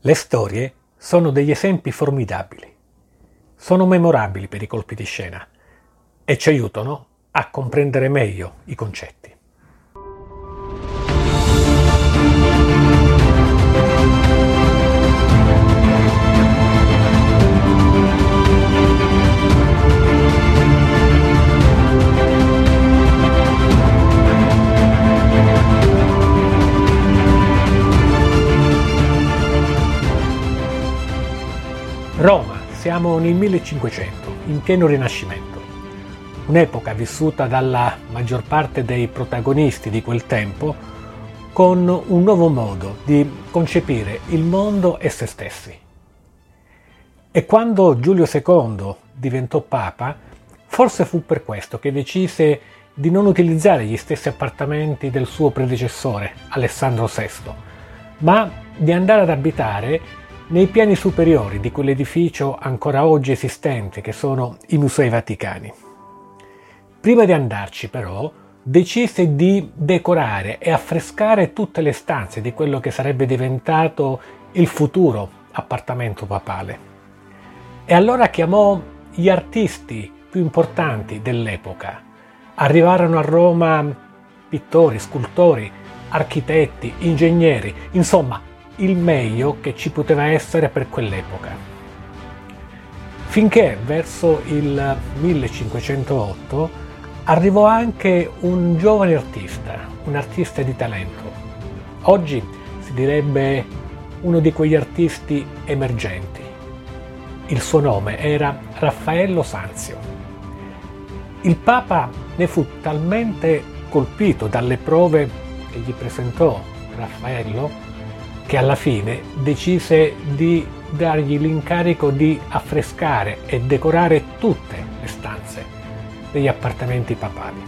Le storie sono degli esempi formidabili, sono memorabili per i colpi di scena e ci aiutano a comprendere meglio i concetti. Roma, siamo nel 1500, in pieno Rinascimento, un'epoca vissuta dalla maggior parte dei protagonisti di quel tempo con un nuovo modo di concepire il mondo e se stessi. E quando Giulio II diventò Papa, forse fu per questo che decise di non utilizzare gli stessi appartamenti del suo predecessore, Alessandro VI, ma di andare ad abitare nei piani superiori di quell'edificio ancora oggi esistente che sono i Musei Vaticani. Prima di andarci però decise di decorare e affrescare tutte le stanze di quello che sarebbe diventato il futuro appartamento papale. E allora chiamò gli artisti più importanti dell'epoca. Arrivarono a Roma pittori, scultori, architetti, ingegneri, insomma il meglio che ci poteva essere per quell'epoca. Finché verso il 1508 arrivò anche un giovane artista, un artista di talento. Oggi si direbbe uno di quegli artisti emergenti. Il suo nome era Raffaello Sanzio. Il Papa ne fu talmente colpito dalle prove che gli presentò Raffaello che alla fine decise di dargli l'incarico di affrescare e decorare tutte le stanze degli appartamenti papali.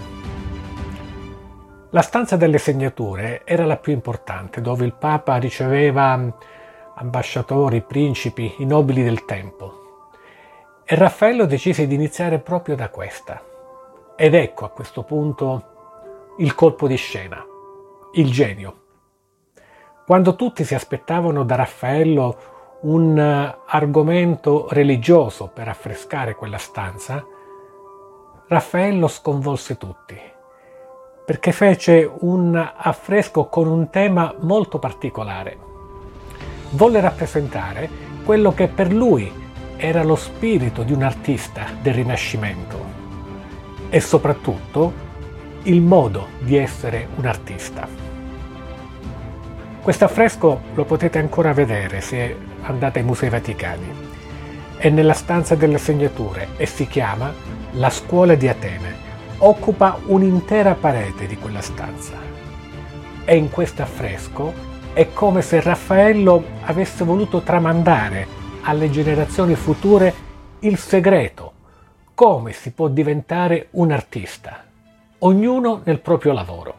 La stanza delle segnature era la più importante, dove il Papa riceveva ambasciatori, principi, i nobili del tempo. E Raffaello decise di iniziare proprio da questa. Ed ecco a questo punto il colpo di scena, il genio. Quando tutti si aspettavano da Raffaello un argomento religioso per affrescare quella stanza, Raffaello sconvolse tutti, perché fece un affresco con un tema molto particolare. Volle rappresentare quello che per lui era lo spirito di un artista del Rinascimento e soprattutto il modo di essere un artista. Questo affresco lo potete ancora vedere se andate ai Musei Vaticani. È nella stanza delle segnature e si chiama La Scuola di Atene. Occupa un'intera parete di quella stanza. E in questo affresco è come se Raffaello avesse voluto tramandare alle generazioni future il segreto, come si può diventare un artista, ognuno nel proprio lavoro.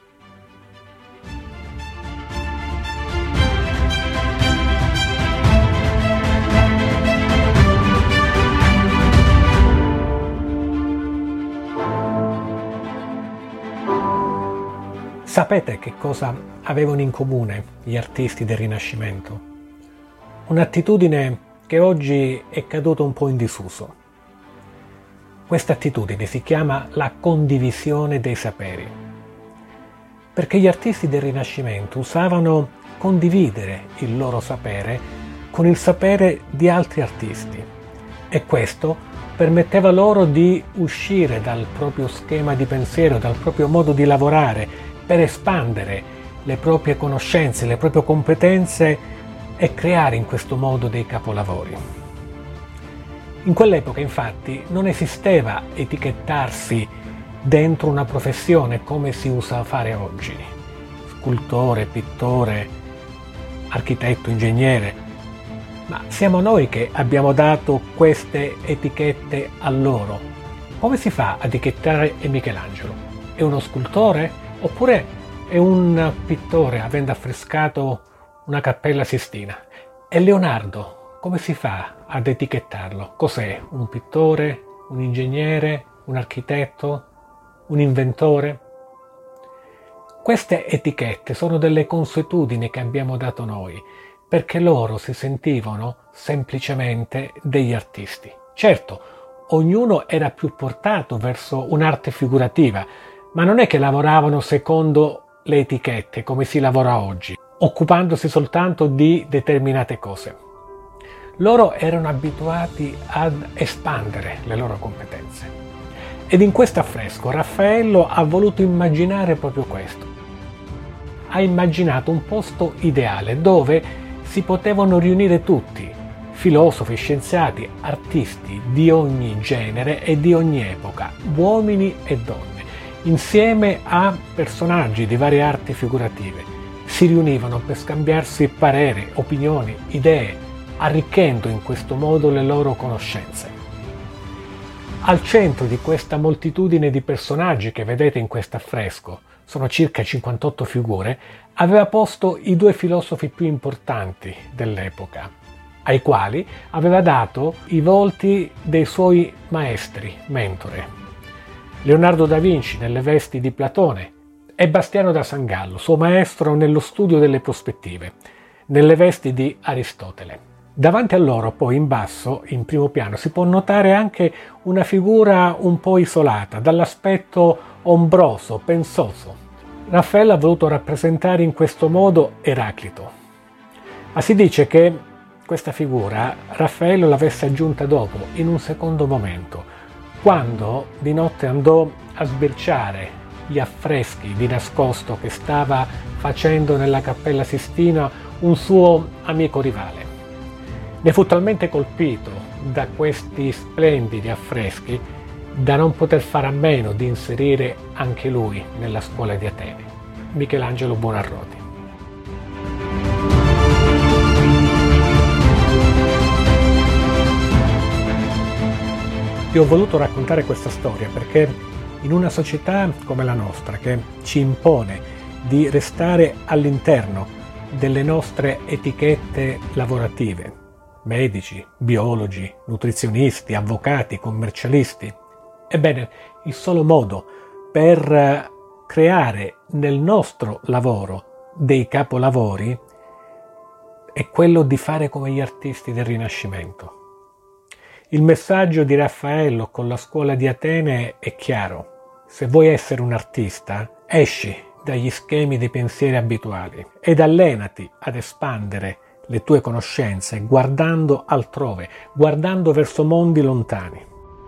Sapete che cosa avevano in comune gli artisti del Rinascimento? Un'attitudine che oggi è caduta un po' in disuso. Questa attitudine si chiama la condivisione dei saperi, perché gli artisti del Rinascimento usavano condividere il loro sapere con il sapere di altri artisti e questo permetteva loro di uscire dal proprio schema di pensiero, dal proprio modo di lavorare, per espandere le proprie conoscenze, le proprie competenze e creare in questo modo dei capolavori. In quell'epoca, infatti, non esisteva etichettarsi dentro una professione come si usa fare oggi. Scultore, pittore, architetto, ingegnere. Ma siamo noi che abbiamo dato queste etichette a loro. Come si fa ad etichettare Michelangelo? È uno scultore? Oppure è un pittore avendo affrescato una Cappella Sistina? E Leonardo, come si fa ad etichettarlo? Cos'è? Un pittore? Un ingegnere? Un architetto? Un inventore? Queste etichette sono delle consuetudini che abbiamo dato noi perché loro si sentivano semplicemente degli artisti. Certo, ognuno era più portato verso un'arte figurativa, ma non è che lavoravano secondo le etichette come si lavora oggi, occupandosi soltanto di determinate cose. Loro erano abituati ad espandere le loro competenze. Ed in questo affresco Raffaello ha voluto immaginare proprio questo. Ha immaginato un posto ideale dove si potevano riunire tutti, filosofi, scienziati, artisti di ogni genere e di ogni epoca, uomini e donne, insieme a personaggi di varie arti figurative. Si riunivano per scambiarsi pareri, opinioni, idee, arricchendo in questo modo le loro conoscenze. Al centro di questa moltitudine di personaggi che vedete in questo affresco, sono circa 58 figure, aveva posto i due filosofi più importanti dell'epoca, ai quali aveva dato i volti dei suoi maestri, mentore. Leonardo da Vinci nelle vesti di Platone e Bastiano da San Gallo, suo maestro nello studio delle prospettive, nelle vesti di Aristotele. Davanti a loro, poi in basso, in primo piano, si può notare anche una figura un po' isolata, dall'aspetto ombroso, pensoso. Raffaello ha voluto rappresentare in questo modo Eraclito. Ma si dice che questa figura Raffaello l'avesse aggiunta dopo, in un secondo momento, quando di notte andò a sbirciare gli affreschi di nascosto che stava facendo nella Cappella Sistina un suo amico rivale. Ne fu talmente colpito da questi splendidi affreschi da non poter fare a meno di inserire anche lui nella scuola di Atene, Michelangelo Buonarroti. Io ho voluto raccontare questa storia perché in una società come la nostra, che ci impone di restare all'interno delle nostre etichette lavorative, medici, biologi, nutrizionisti, avvocati, commercialisti, ebbene, il solo modo per creare nel nostro lavoro dei capolavori è quello di fare come gli artisti del Rinascimento. Il messaggio di Raffaello con la scuola di Atene è chiaro. Se vuoi essere un artista, esci dagli schemi dei pensieri abituali ed allenati ad espandere le tue conoscenze guardando altrove, guardando verso mondi lontani.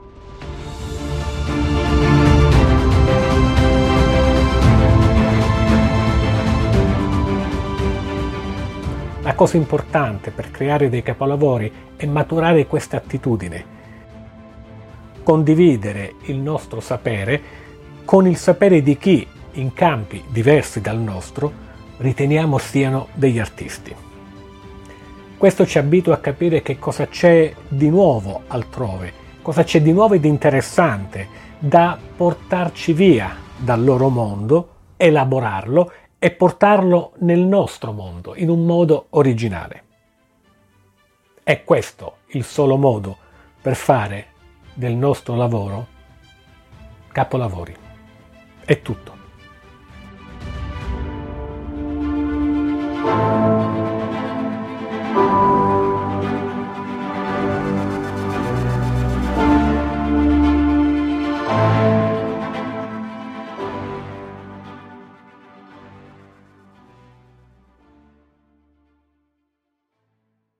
La cosa importante per creare dei capolavori è maturare questa attitudine, condividere il nostro sapere con il sapere di chi, in campi diversi dal nostro, riteniamo siano degli artisti. Questo ci abitua a capire che cosa c'è di nuovo altrove, cosa c'è di nuovo ed interessante da portarci via dal loro mondo, elaborarlo e portarlo nel nostro mondo, in un modo originale. È questo il solo modo per fare del nostro lavoro capolavori. È tutto.